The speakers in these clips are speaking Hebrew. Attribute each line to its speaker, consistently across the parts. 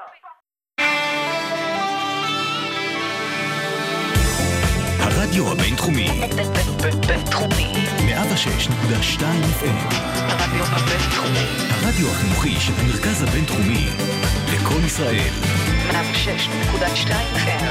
Speaker 1: הרדיו הבינתחומי. בינתחומי. 106.2 FM. הרדיו הבינתחומי. הרדיו החינוכי של המרכז הבינתחומי. לכל ישראל. 106.2 FM.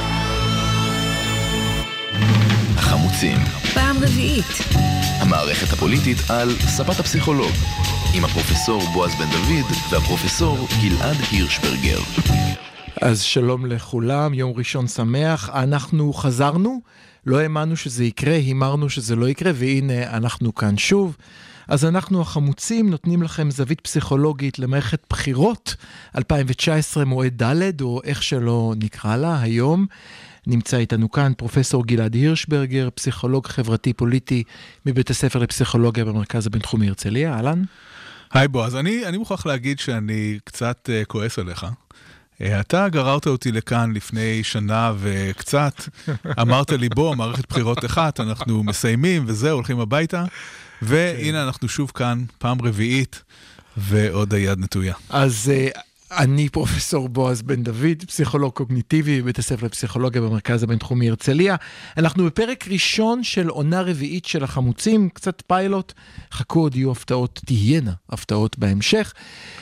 Speaker 1: החמוצים.
Speaker 2: פעם רביעית.
Speaker 1: המערכת הפוליטית על ספת הפסיכולוג. עם הפרופסור בועז בן דוד והפרופסור גלעד הירשברגר.
Speaker 3: אז שלום לכולם, יום ראשון שמח. אנחנו חזרנו, לא האמנו שזה יקרה, הימרנו שזה לא יקרה, והנה אנחנו כאן שוב. אז אנחנו החמוצים נותנים לכם זווית פסיכולוגית למערכת בחירות 2019 מועד ד' או איך שלא נקרא לה היום. נמצא איתנו כאן פרופסור גלעד הירשברגר, פסיכולוג חברתי פוליטי מבית הספר לפסיכולוגיה במרכז הבינתחומי הרצליה. אהלן.
Speaker 4: היי בועז, אני מוכרח להגיד שאני קצת כועס עליך. אתה גררת אותי לכאן לפני שנה וקצת, אמרת לי בוא, מערכת בחירות אחת, אנחנו מסיימים וזהו, הולכים הביתה, והנה אנחנו שוב כאן, פעם רביעית, ועוד היד נטויה.
Speaker 3: אז אני פרופסור בועז בן דוד, פסיכולוג קוגניטיבי בבית הספר לפסיכולוגיה במרכז הבינתחומי הרצליה. אנחנו בפרק ראשון של עונה רביעית של החמוצים, קצת פיילוט, חכו עוד יהיו הפתעות, תהיינה הפתעות בהמשך.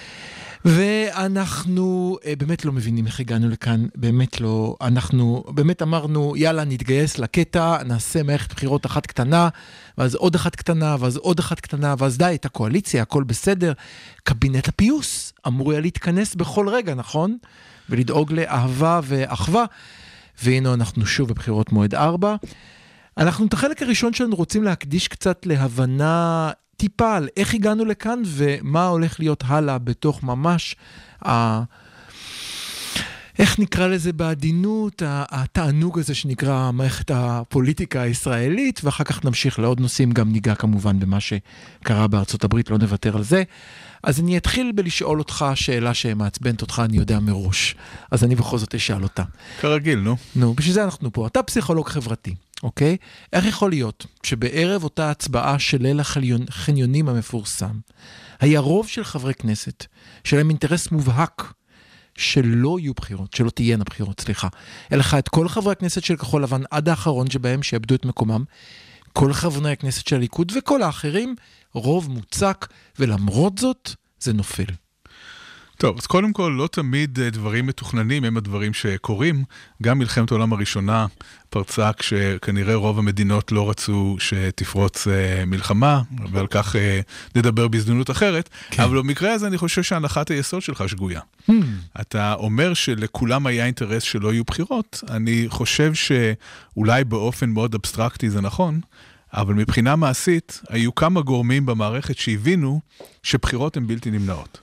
Speaker 3: ואנחנו באמת לא מבינים איך הגענו לכאן, באמת לא, אנחנו באמת אמרנו, יאללה נתגייס לקטע, נעשה מערכת בחירות אחת קטנה, ואז עוד אחת קטנה, ואז עוד אחת קטנה, ואז די, את הקואליציה, הכל בסדר. קבינט הפיוס אמור היה להתכנס בכל רגע, נכון? ולדאוג לאהבה ואחווה, והנה אנחנו שוב בבחירות מועד 4. אנחנו את החלק הראשון שלנו רוצים להקדיש קצת להבנה טיפה על איך הגענו לכאן ומה הולך להיות הלאה בתוך ממש, איך נקרא לזה בעדינות, התענוג הזה שנקרא מערכת הפוליטיקה הישראלית, ואחר כך נמשיך לעוד נושאים, גם ניגע כמובן במה שקרה בארצות הברית, לא נוותר על זה. אז אני אתחיל בלשאול אותך שאלה שמעצבנת אותך, אני יודע מראש. אז אני בכל זאת אשאל אותה.
Speaker 4: כרגיל, נו.
Speaker 3: נו, בשביל זה אנחנו פה. אתה פסיכולוג חברתי. אוקיי? איך יכול להיות שבערב אותה הצבעה של ליל החניונים המפורסם, היה רוב של חברי כנסת, שלהם אינטרס מובהק, שלא יהיו בחירות, שלא תהיינה בחירות, סליחה. אלא לך את כל חברי הכנסת של כחול לבן, עד האחרון שבהם שאיבדו את מקומם, כל חברי הכנסת של הליכוד וכל האחרים, רוב מוצק, ולמרות זאת, זה נופל.
Speaker 4: טוב, אז קודם כל, לא תמיד דברים מתוכננים הם הדברים שקורים. גם מלחמת העולם הראשונה פרצה כשכנראה רוב המדינות לא רצו שתפרוץ מלחמה, ועל כך נדבר בהזדמנות אחרת. כן. אבל במקרה הזה אני חושב שהנחת היסוד שלך שגויה. אתה אומר שלכולם היה אינטרס שלא יהיו בחירות. אני חושב שאולי באופן מאוד אבסטרקטי זה נכון, אבל מבחינה מעשית היו כמה גורמים במערכת שהבינו שבחירות הן בלתי נמנעות.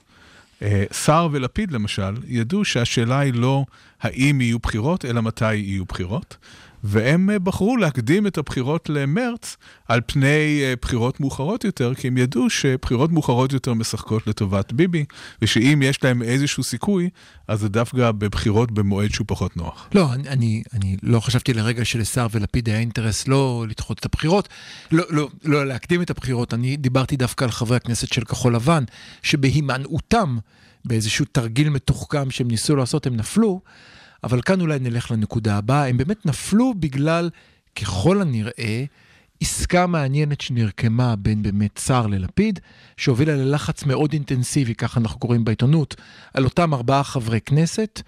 Speaker 4: שר ולפיד למשל ידעו שהשאלה היא לא האם יהיו בחירות אלא מתי יהיו בחירות, והם בחרו להקדים את הבחירות למרץ על פני בחירות מאוחרות יותר, כי הם ידעו שבחירות מאוחרות יותר משחקות לטובת ביבי, ושאם יש להם איזשהו סיכוי אז זה דווקא בבחירות במועד שהוא פחות נוח.
Speaker 3: לא, אני לא חשבתי לרגע שלשר ולפיד היה אינטרס לא לדחות את הבחירות, לא להקדים את הבחירות. אני דיברתי דווקא על חברי הכנסת של כחול לבן, שבהימנעותם באיזשהו תרגיל מתוחכם שהם ניסו לעשות, הם נפלו. אבל כאן אולי נלך לנקודה הבאה. הם באמת נפלו בגלל, ככל הנראה, עסקה מעניינת שנרקמה בין באמת שר ללפיד, שהובילה ללחץ מאוד אינטנסיבי, ככה אנחנו קוראים בעיתונות, על אותם 4 חברי כנסת,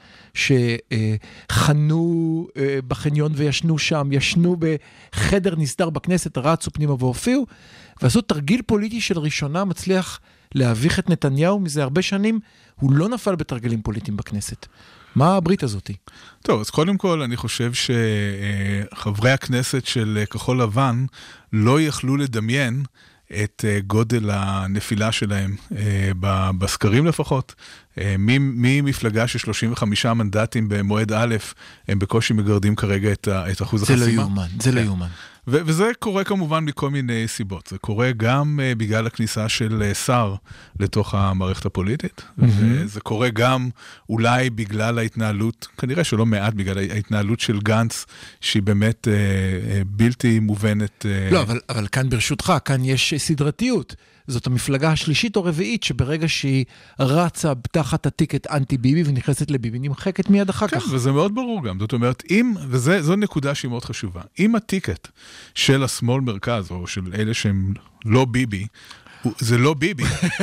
Speaker 3: שחנו בחניון וישנו שם, ישנו בחדר נסתר בכנסת, רצו פנימה והופיעו, ועשו תרגיל פוליטי של ראשונה מצליח להביך את נתניהו מזה הרבה שנים, הוא לא נפל בתרגלים פוליטיים בכנסת. מה הברית הזאת?
Speaker 4: טוב, אז קודם כל אני חושב שחברי הכנסת של כחול לבן לא יכלו לדמיין את גודל הנפילה שלהם, בסקרים לפחות. ממפלגה של 35 מנדטים במועד א', הם בקושי מגרדים כרגע את אחוז החסימה.
Speaker 3: זה לא יאומן, זה לא יאומן.
Speaker 4: וזה קורה כמובן מכל מיני סיבות. זה קורה גם בגלל הכניסה של שר לתוך המערכת הפוליטית, וזה קורה גם אולי בגלל ההתנהלות, כנראה שלא מעט בגלל ההתנהלות של גנץ, שהיא באמת בלתי מובנת.
Speaker 3: לא, אבל כאן ברשותך, כאן יש סדרתיות. זאת המפלגה השלישית או רביעית, שברגע שהיא רצה תחת הטיקט אנטי ביבי ונכנסת לביבי, נמחקת מיד אחר כך.
Speaker 4: כן, וזה מאוד ברור גם. זאת אומרת, וזו נקודה שהיא מאוד חשובה. אם הטיקט של השמאל מרכז, או של אלה שהם לא ביבי, זה לא ביבי.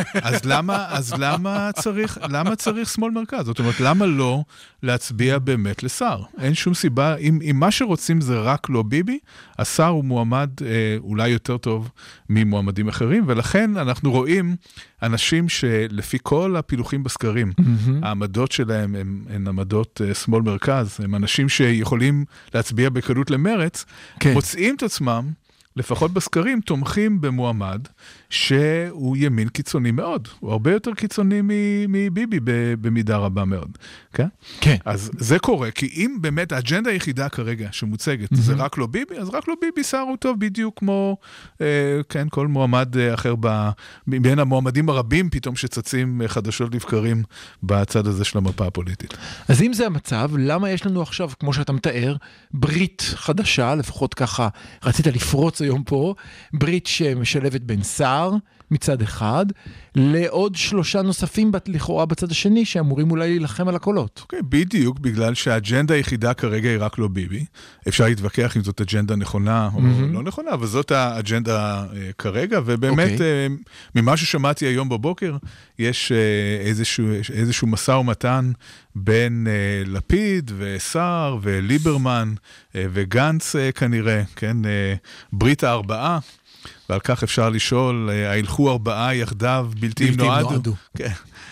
Speaker 4: אז למה צריך שמאל מרכז? זאת אומרת, למה לא להצביע באמת לשר? אין שום סיבה. אם מה שרוצים זה רק לא ביבי, השר הוא מועמד אולי יותר טוב ממועמדים אחרים, ולכן אנחנו רואים אנשים שלפי כל הפילוחים בסקרים, העמדות שלהם הן עמדות שמאל מרכז, הם אנשים שיכולים להצביע בקלות למרץ, מוצאים את עצמם, לפחות בסקרים, תומכים במועמד שהוא ימין קיצוני מאוד. הוא הרבה יותר קיצוני מביבי במידה רבה מאוד. כן?
Speaker 3: כן.
Speaker 4: אז זה קורה, כי אם באמת האג'נדה היחידה כרגע שמוצגת, זה רק לא ביבי, אז רק לא ביבי שר הוא טוב בדיוק כמו, כן, כל מועמד אחר בין המועמדים הרבים פתאום שצצים חדשות לבקרים בצד הזה של המפה הפוליטית.
Speaker 3: אז אם זה המצב, למה יש לנו עכשיו, כמו שאתה מתאר, ברית חדשה, לפחות ככה רצית לפרוץ היום פה, ברית שמשלבת בין שר מצד אחד, לעוד 3 נוספים לכאורה בצד השני, שאמורים אולי להילחם על הקולות.
Speaker 4: אוקיי, בדיוק, בגלל שהאג'נדה היחידה כרגע היא רק לא ביבי. אפשר להתווכח אם זאת אג'נדה נכונה או לא נכונה, אבל זאת האג'נדה כרגע, ובאמת, ממה ששמעתי היום בבוקר, יש איזשהו משא ומתן בין לפיד וסער וליברמן וגנץ כנראה, כן, ברית ה4, ועל כך אפשר לשאול, הילכו 4 יחדיו בלתי נועדו. כן.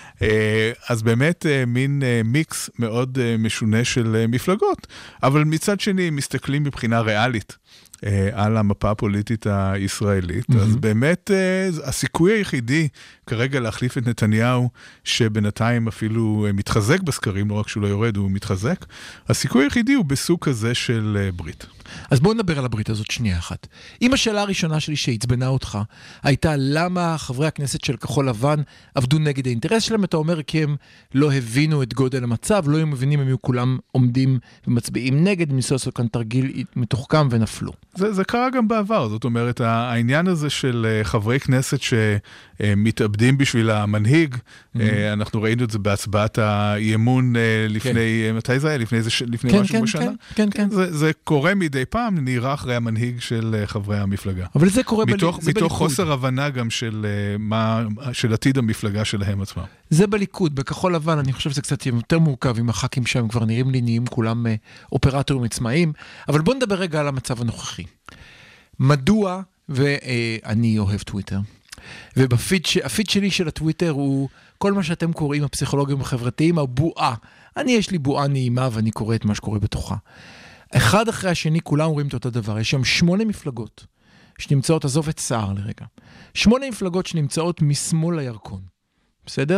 Speaker 4: אז באמת מין מיקס מאוד משונה של מפלגות, אבל מצד שני מסתכלים מבחינה ריאלית על המפה הפוליטית הישראלית, אז באמת הסיכוי היחידי כרגע להחליף את נתניהו, שבינתיים אפילו מתחזק בסקרים, לא רק שהוא לא יורד, הוא מתחזק, הסיכוי היחידי הוא בסוג כזה של ברית.
Speaker 3: אז בואו נדבר על הברית הזאת שנייה אחת. אם השאלה הראשונה שלי שהצבנה אותך, הייתה למה חברי הכנסת של כחול לבן עבדו נגד האינטרס שלהם, אתה אומר כי הם לא הבינו את גודל המצב, לא היו מבינים הם היו כולם עומדים ומצביעים נגד, ניסו לעשות כאן תרגיל מתוחכם ונפלו.
Speaker 4: זה קרה גם בעבר, זאת אומרת, העניין הזה של חברי כנסת שמתאבדים בשביל המנהיג, אנחנו ראינו את זה בהצבעת האי-אמון לפני, מתי זה היה? לפני משהו בשנה?
Speaker 3: כן, כן.
Speaker 4: זה קורה מדי פעם, נראה אחרי המנהיג של חברי המפלגה.
Speaker 3: אבל זה קורה
Speaker 4: מתוך חוסר הבנה גם של עתיד המפלגה שלהם עצמם.
Speaker 3: זה בליכוד, בכחול לבן, אני חושב שזה קצת יותר מורכב עם הח"כים שם, כבר נראים לי, נהיים כולם אופרטורים עצמאיים, אבל בואו נדבר רגע על המצב הנוכחי. מדוע, ואני אוהב טוויטר, והפיד שלי של הטוויטר הוא כל מה שאתם קוראים, הפסיכולוגים החברתיים, הבועה. יש לי בועה נעימה ואני קורא את מה שקורה בתוכה. אחד אחרי השני כולם רואים את אותו דבר. יש שם 8 מפלגות שנמצאות, עזוב את סער לרגע. 8 מפלגות שנמצאות משמאל לירקון. בסדר?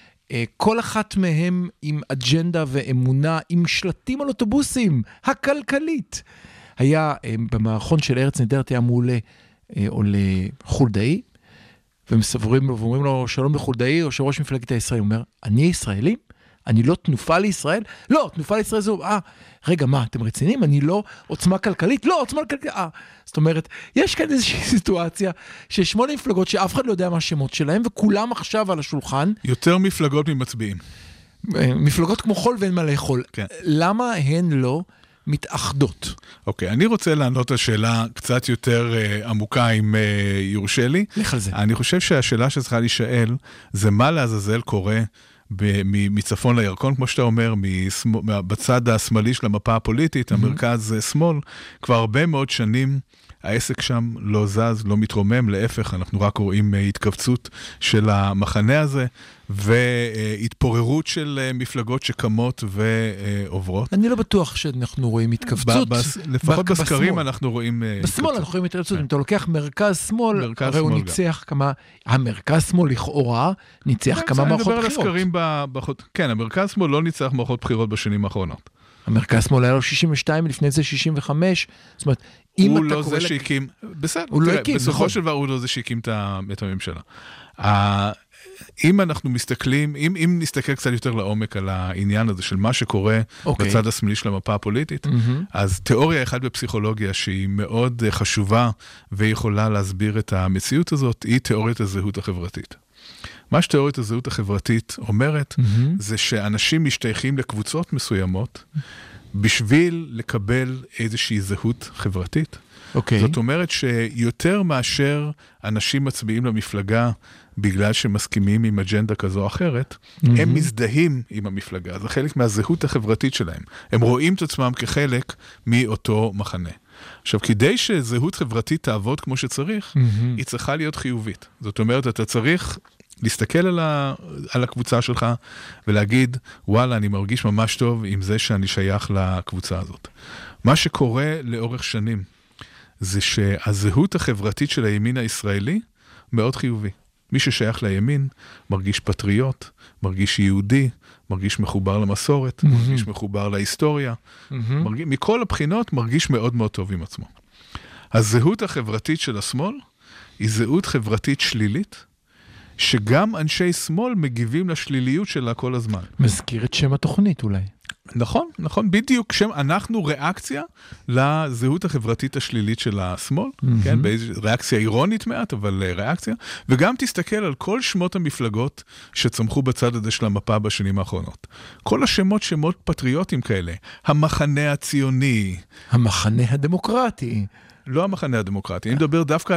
Speaker 3: כל אחת מהם עם אג'נדה ואמונה, עם שלטים על אוטובוסים, הכלכלית. היה במערכון של ארץ נהדרת, היה מעולה או לחולדאי, ומסברים לו ואומרים לו שלום לחולדאי, או שראש מפלגת הישראל אומר, אני ישראלי? אני לא תנופה לישראל? לא, תנופה לישראל זה, רגע, מה, אתם רציניים? אני לא עוצמה כלכלית? לא, עוצמה כלכלית, זאת אומרת, יש כאן איזושהי סיטואציה, ש8 מפלגות שאף אחד לא יודע מה השמות שלהם, וכולם עכשיו על השולחן.
Speaker 4: יותר מפלגות ממצביעים.
Speaker 3: מפלגות כמו חול ואין מה לאכול. כן. למה הן לא מתאחדות?
Speaker 4: אוקיי, אני רוצה לענות על שאלה קצת יותר עמוקה, אם יורשה לי.
Speaker 3: לך על זה.
Speaker 4: אני חושב שהשאלה שצריכה להישאל, זה מה לעזאזל קורה מצפון לירקון, כמו שאתה אומר, בצד השמאלי של המפה הפוליטית, המרכז שמאל, כבר הרבה מאוד שנים העסק שם לא זז, לא מתרומם, להפך, אנחנו רק רואים התכווצות של המחנה הזה, והתפוררות של מפלגות שקמות ועוברות.
Speaker 3: אני לא בטוח שאנחנו רואים התכווצות.
Speaker 4: לפחות בסקרים אנחנו רואים
Speaker 3: בשמאל אנחנו רואים התכווצות. אם אתה לוקח מרכז שמאל, הרי הוא ניצח כמה, המרכז שמאל לכאורה ניצח כמה מערכות בחירות.
Speaker 4: כן, המרכז שמאל לא ניצח מערכות בחירות בשנים האחרונות.
Speaker 3: המרכז שמאל היה לו 62, לפני זה 65, זאת אומרת,
Speaker 4: הוא לא זה שהקים, בסדר, בסופו של דבר הוא לא זה שהקים את הממשלה. אם אנחנו מסתכלים, אם נסתכל קצת יותר לעומק על העניין הזה של מה שקורה בצד השמאלי של המפה הפוליטית, אז תיאוריה אחת בפסיכולוגיה שהיא מאוד חשובה ויכולה להסביר את המציאות הזאת, היא תיאוריית הזהות החברתית. מה שתיאוריית הזהות החברתית אומרת, זה שאנשים משתייכים לקבוצות מסוימות, בשביל לקבל איזושהי זהות חברתית. זאת אומרת שיותר מאשר אנשים מצביעים למפלגה בגלל שמסכימים עם אג'נדה כזו או אחרת, הם מזדהים עם המפלגה. זה חלק מהזהות החברתית שלהם. הם רואים את עצמם כחלק מאותו מחנה. עכשיו, כדי שזהות חברתית תעבוד כמו שצריך, היא צריכה להיות חיובית. זאת אומרת, אתה צריך להסתכל על הקבוצה שלך ולהגיד, וואלה, אני מרגיש ממש טוב עם זה שאני שייך לקבוצה הזאת. מה שקורה לאורך שנים, זה שהזהות החברתית של הימין הישראלי מאוד חיובי. מי ששייך לימין מרגיש פטריוט, מרגיש יהודי, מרגיש מחובר למסורת, מרגיש מחובר להיסטוריה. מכל הבחינות מרגיש מאוד מאוד טוב עם עצמו. הזהות החברתית של השמאל היא זהות חברתית שלילית, שגם אנשי שמאל מגיבים לשליליות שלה כל הזמן.
Speaker 3: מזכיר את שם התוכנית אולי.
Speaker 4: נכון, נכון, בדיוק, אנחנו ריאקציה לזהות החברתית השלילית של השמאל, כן, ריאקציה אירונית מעט, אבל ריאקציה, וגם תסתכל על כל שמות המפלגות שצמחו בצד הזה של המפה בשנים האחרונות. כל השמות, שמות פטריוטים כאלה, המחנה הציוני,
Speaker 3: המחנה הדמוקרטי,
Speaker 4: לא המחנה הדמוקרטי, אני מדבר דווקא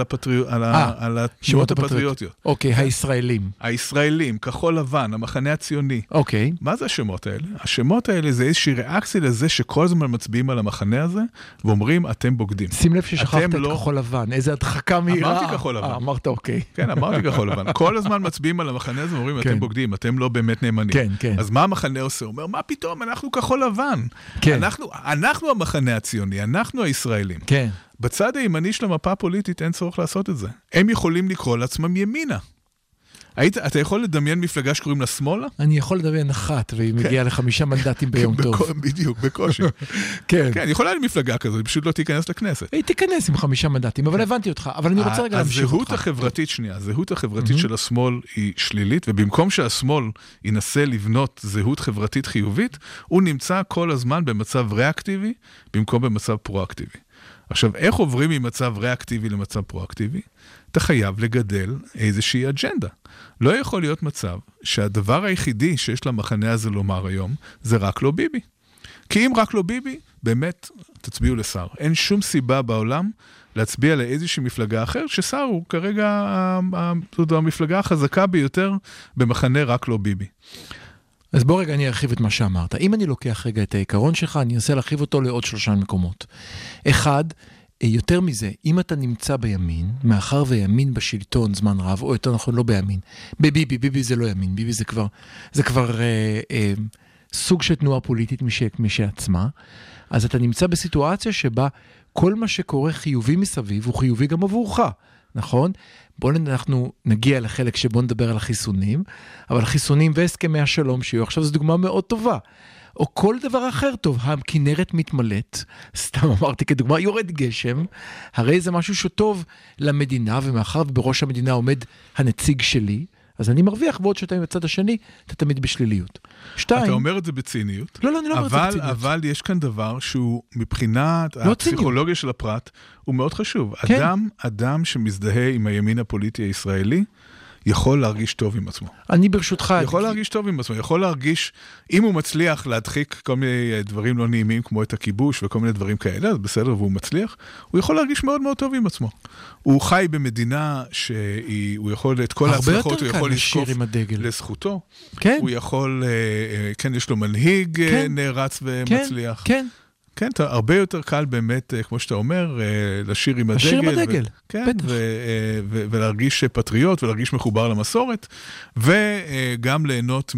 Speaker 4: על התנועות הפטריוטיות.
Speaker 3: אוקיי, הישראלים.
Speaker 4: הישראלים, כחול לבן, המחנה הציוני.
Speaker 3: אוקיי.
Speaker 4: מה זה השמות האלה? השמות האלה זה איזושהי ריאקציה לזה שכל הזמן מצביעים על המחנה הזה, ואומרים, אתם בוגדים.
Speaker 3: שים לב ששכחת את כחול לבן, איזה הדחקה מהירה.
Speaker 4: אמרתי כחול לבן.
Speaker 3: אמרת אוקיי.
Speaker 4: כן, אמרתי כחול לבן. כל הזמן מצביעים על המחנה הזה, ואומרים, אתם בוגדים, אתם לא באמת נאמנים.
Speaker 3: כן, כן.
Speaker 4: אז מה המחנה עושה? הוא אומר, מה פתאום? אנחנו כחול לבן. אנחנו המחנה הציוני, אנחנו הישראלים.
Speaker 3: כן.
Speaker 4: בצד הימני של המפה הפוליטית אין צורך לעשות את זה. הם יכולים לקרוא לעצמם ימינה. אתה יכול לדמיין מפלגה שקוראים לה שמאלה?
Speaker 3: אני יכול לדמיין אחת, והיא מגיעה ל5 מנדטים ביום טוב.
Speaker 4: בדיוק, בקושי. כן. כן, יכולה להיות מפלגה כזאת, היא פשוט לא תיכנס לכנסת.
Speaker 3: היא תיכנס עם 5 מנדטים, אבל הבנתי אותך. אבל אני רוצה רגע להמשיך אותך.
Speaker 4: הזהות החברתית, שנייה, הזהות החברתית של השמאל היא שלילית, ובמקום שהשמאל ינסה לבנות זהות חברתית חיובית, הוא נמצא כל הזמן במצב ריאקטיבי, במקום במצב פרואקטיבי. עכשיו, איך עוברים ממצב ריאקטיבי למצב פרואקטיבי? אתה חייב לגדל איזושהי אג'נדה. לא יכול להיות מצב שהדבר היחידי שיש למחנה הזה לומר היום, זה רק לא ביבי. כי אם רק לא ביבי, באמת תצביעו לשר. אין שום סיבה בעולם להצביע לאיזושהי מפלגה אחר, ששר הוא כרגע המפלגה החזקה ביותר במחנה רק לא ביבי.
Speaker 3: אז בוא רגע אני ארחיב את מה שאמרת. אם אני לוקח רגע את העיקרון שלך, אני אנסה להרחיב אותו לעוד 3 מקומות. אחד, יותר מזה, אם אתה נמצא בימין, מאחר וימין בשלטון זמן רב, או יותר נכון לא בימין, ביבי זה לא ימין, ביבי זה כבר סוג של תנועה פוליטית משעצמה, אז אתה נמצא בסיטואציה שבה כל מה שקורה חיובי מסביב, הוא חיובי גם עבורך. נכון? בואו אנחנו נגיע לחלק שבו נדבר על החיסונים, אבל החיסונים והסכמי השלום שיהיו עכשיו זו דוגמה מאוד טובה. או כל דבר אחר טוב, הכנרת מתמלאת, סתם אמרתי כדוגמה, יורד גשם, הרי זה משהו שטוב למדינה, ומאחר ובראש המדינה עומד הנציג שלי, אז אני מרוויח, ועוד שאתה בצד השני, אתה תמיד בשליליות. 2.
Speaker 4: אתה אומר את זה בציניות.
Speaker 3: לא, אני לא אומר את זה בציניות.
Speaker 4: אבל יש כאן דבר שהוא מבחינת הפסיכולוגיה של הפרט, הוא מאוד חשוב. אדם שמזדהה עם הימין הפוליטי הישראלי, יכול להרגיש טוב עם עצמו.
Speaker 3: אני ברשותך...
Speaker 4: יכול להרגיש טוב עם עצמו, יכול להרגיש, אם הוא מצליח להדחיק כל מיני דברים לא נעימים, כמו את הכיבוש וכל מיני דברים כאלה, אז בסדר, והוא מצליח, הוא יכול להרגיש מאוד מאוד טוב עם עצמו. הוא חי במדינה שהוא יכול, את כל ההצלחות, הוא יכול לשקוף לזכותו.
Speaker 3: כן.
Speaker 4: הוא יכול, כן, יש לו מנהיג נערץ ומצליח.
Speaker 3: כן.
Speaker 4: כן, הרבה יותר קל באמת, כמו שאתה אומר, לשיר עם הדגל.
Speaker 3: לשיר עם הדגל,
Speaker 4: כן, ולהרגיש פטריוט, ולהרגיש מחובר למסורת, וגם ליהנות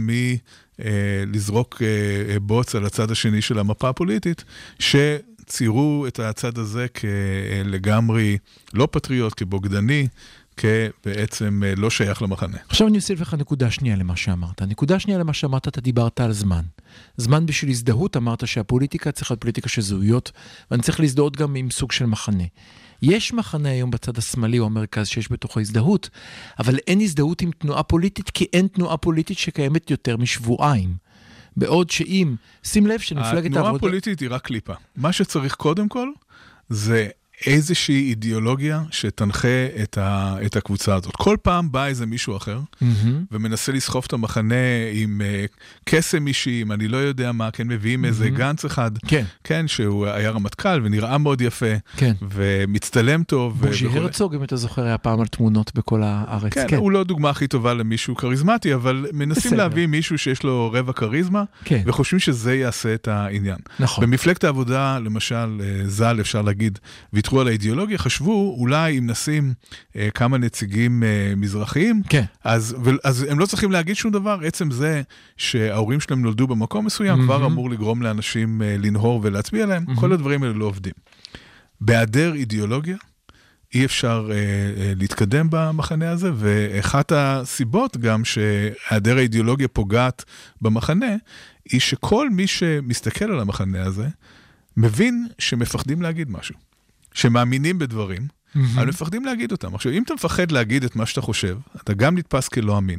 Speaker 4: מלזרוק בוץ על הצד השני של המפה הפוליטית, שציירו את הצד הזה כלגמרי לא פטריוט, כבוגדני, כבעצם לא שייך למחנה.
Speaker 3: עכשיו אני אוסיף לך נקודה שנייה למה שאמרת. נקודה שנייה למה שאמרת, אתה דיברת על זמן. זמן בשביל הזדהות, אמרת שהפוליטיקה צריכה להיות פוליטיקה של זהויות, ואני צריך להזדהות גם עם סוג של מחנה. יש מחנה היום בצד השמאלי או המרכז שיש בתוך ההזדהות, אבל אין הזדהות עם תנועה פוליטית, כי אין תנועה פוליטית שקיימת יותר משבועיים. בעוד שאם, שים לב שמפלגת העבודה...
Speaker 4: התנועה הפוליטית היא רק קליפה. מה שצריך קודם כל, זה איזושהי אידיאולוגיה שתנחה את הקבוצה הזאת. כל פעם בא איזה מישהו אחר, ומנסה לסחוף את המחנה עם קסם אישי, אם אני לא יודע מה, כן, מביאים איזה גנץ אחד, כן, שהוא היה רמטכ"ל ונראה מאוד יפה, ומצטלם טוב.
Speaker 3: בוז'י הרצוג, אם אתה זוכר, היה פעם על תמונות בכל הארץ.
Speaker 4: כן, הוא לא דוגמה הכי טובה למישהו קריזמטי, אבל מנסים להביא מישהו שיש לו רבע קריזמה, וחושבים שזה יעשה את העניין. במפלגת העבודה, למשל, ז"ל, אפשר להגיד, ויתרו על האידיאולוגיה, חשבו אולי אם נשים כמה נציגים מזרחיים, אז הם לא צריכים להגיד שום דבר, עצם זה שההורים שלהם נולדו במקום מסוים, כבר אמור לגרום לאנשים לנהור ולהצביע להם, כל הדברים האלה לא עובדים. בהיעדר אידיאולוגיה, אי אפשר להתקדם במחנה הזה, ואחת הסיבות גם שהיעדר האידיאולוגיה פוגעת במחנה, היא שכל מי שמסתכל על המחנה הזה, מבין שמפחדים להגיד משהו. שמאמינים בדברים, אבל מפחדים להגיד אותם. עכשיו, אם אתה מפחד להגיד את מה שאתה חושב, אתה גם נתפס כלא אמין,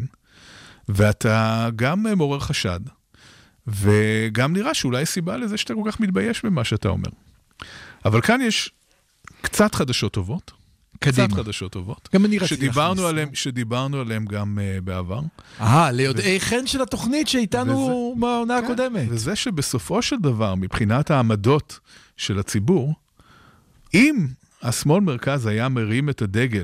Speaker 4: ואתה גם מעורר חשד, וגם נראה שאולי סיבה לזה שאתה כל כך מתבייש במה שאתה אומר. אבל כאן יש קצת חדשות טובות, קצת חדשות טובות,
Speaker 3: גם אני רציתי
Speaker 4: שדיברנו עליהם גם בעבר.
Speaker 3: ליודעי חן של התוכנית שאיתנו בעונה הקודמת.
Speaker 4: וזה שבסופו של דבר, מבחינת העמדות של הציבור, אם השמאל מרכז היה מרים את הדגל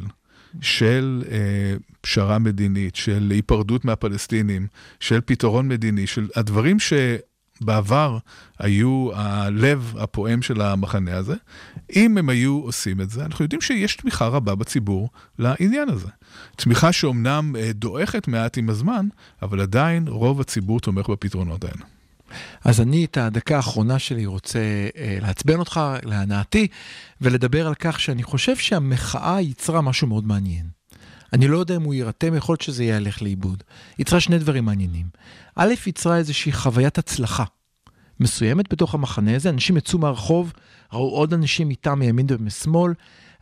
Speaker 4: של פשרה מדינית, של היפרדות מהפלסטינים, של פתרון מדיני, של הדברים שבעבר היו הלב הפועם של המחנה הזה, אם הם היו עושים את זה, אנחנו יודעים שיש תמיכה רבה בציבור לעניין הזה. תמיכה שאומנם דועכת מעט עם הזמן, אבל עדיין רוב הציבור תומך בפתרונות האלה.
Speaker 3: אז אני את הדקה האחרונה שלי רוצה להצבן אותך, להנאתי, ולדבר על כך שאני חושב שהמחאה יצרה משהו מאוד מעניין. אני לא יודע אם הוא יירתם, יכול להיות שזה ילך לאיבוד. יצרה שני דברים מעניינים. א', יצרה איזושהי חוויית הצלחה מסוימת בתוך המחנה הזה, אנשים יצאו מהרחוב, ראו עוד אנשים איתם מימין ומשמאל,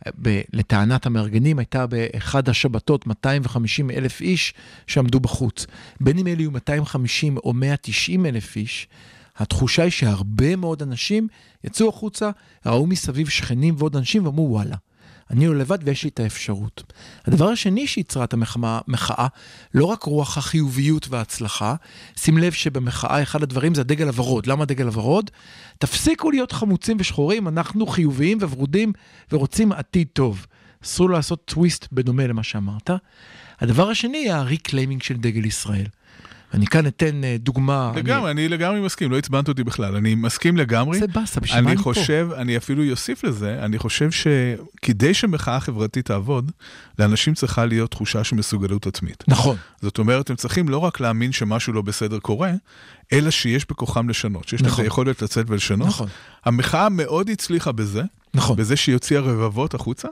Speaker 3: לטענת המארגנים הייתה באחד השבתות 250,000 איש שעמדו בחוץ. בין אם אלה יהיו 250 או 190,000 איש, התחושה היא שהרבה מאוד אנשים יצאו החוצה, ראו מסביב שכנים ועוד אנשים ואמרו וואלה, אני לא לבד ויש לי את האפשרות. הדבר השני שיצרה את המחאה, לא רק רוח החיוביות וההצלחה, שים לב שבמחאה אחד הדברים זה הדגל הוורוד. למה הדגל הוורוד? תפסיקו להיות חמוצים ושחורים, אנחנו חיוביים וורודים ורוצים עתיד טוב. אסור לעשות טוויסט בדומה למה שאמרת. הדבר השני היה הריקליימינג של דגל ישראל. אני כאן אתן דוגמה.
Speaker 4: לגמרי, אני לגמרי מסכים, לא הצבנת אותי בכלל, אני מסכים לגמרי.
Speaker 3: זה בסה, בשביל מה אני פה?
Speaker 4: אני אפילו יוסיף לזה, אני חושב שכדי שמחאה חברתית תעבוד, לאנשים צריכה להיות תחושה של מסוגלות עצמית.
Speaker 3: נכון.
Speaker 4: זאת אומרת, הם צריכים לא רק להאמין שמשהו לא בסדר קורה, אלא שיש בכוחם לשנות, שיש להם יכולת לצאת ולשנות.
Speaker 3: נכון.
Speaker 4: המחאה מאוד הצליחה בזה,
Speaker 3: נכון.
Speaker 4: בזה שהיא הוציאה רבבות החוצה,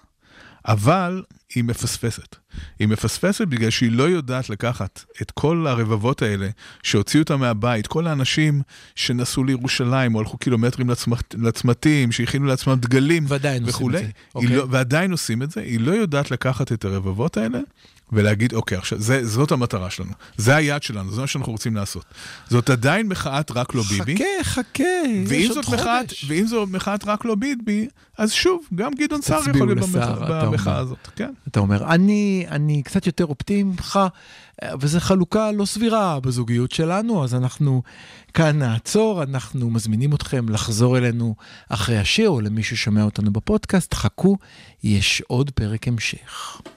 Speaker 4: אבל היא מפספסת. היא מפספסת בגלל שהיא לא יודעת לקחת את כל הרבבות האלה שהוציאו אותם מהבית, כל האנשים שנסעו לירושלים או הלכו קילומטרים לצמתים, שהכינו לעצמם דגלים וכו'. ועדיין עושים את זה. היא לא יודעת לקחת את הרבבות האלה ולהגיד, אוקיי, עכשיו, זאת המטרה שלנו. זה היעד שלנו, זה מה שאנחנו רוצים לעשות. זאת עדיין מחאת רק לא ביבי.
Speaker 3: חכה,
Speaker 4: יש עוד חודש. ואם זו מחאת רק לא ביבי, אז שוב, גם גדעון סער יכול להיות במחאה הזאת. כן.
Speaker 3: אתה אומר, אני קצת יותר אופטימי ממך, וזו חלוקה לא סבירה בזוגיות שלנו, אז אנחנו כאן נעצור, אנחנו מזמינים אתכם לחזור אלינו אחרי השיר, או למי ששומע אותנו בפודקאסט, חכו, יש עוד פרק המשך.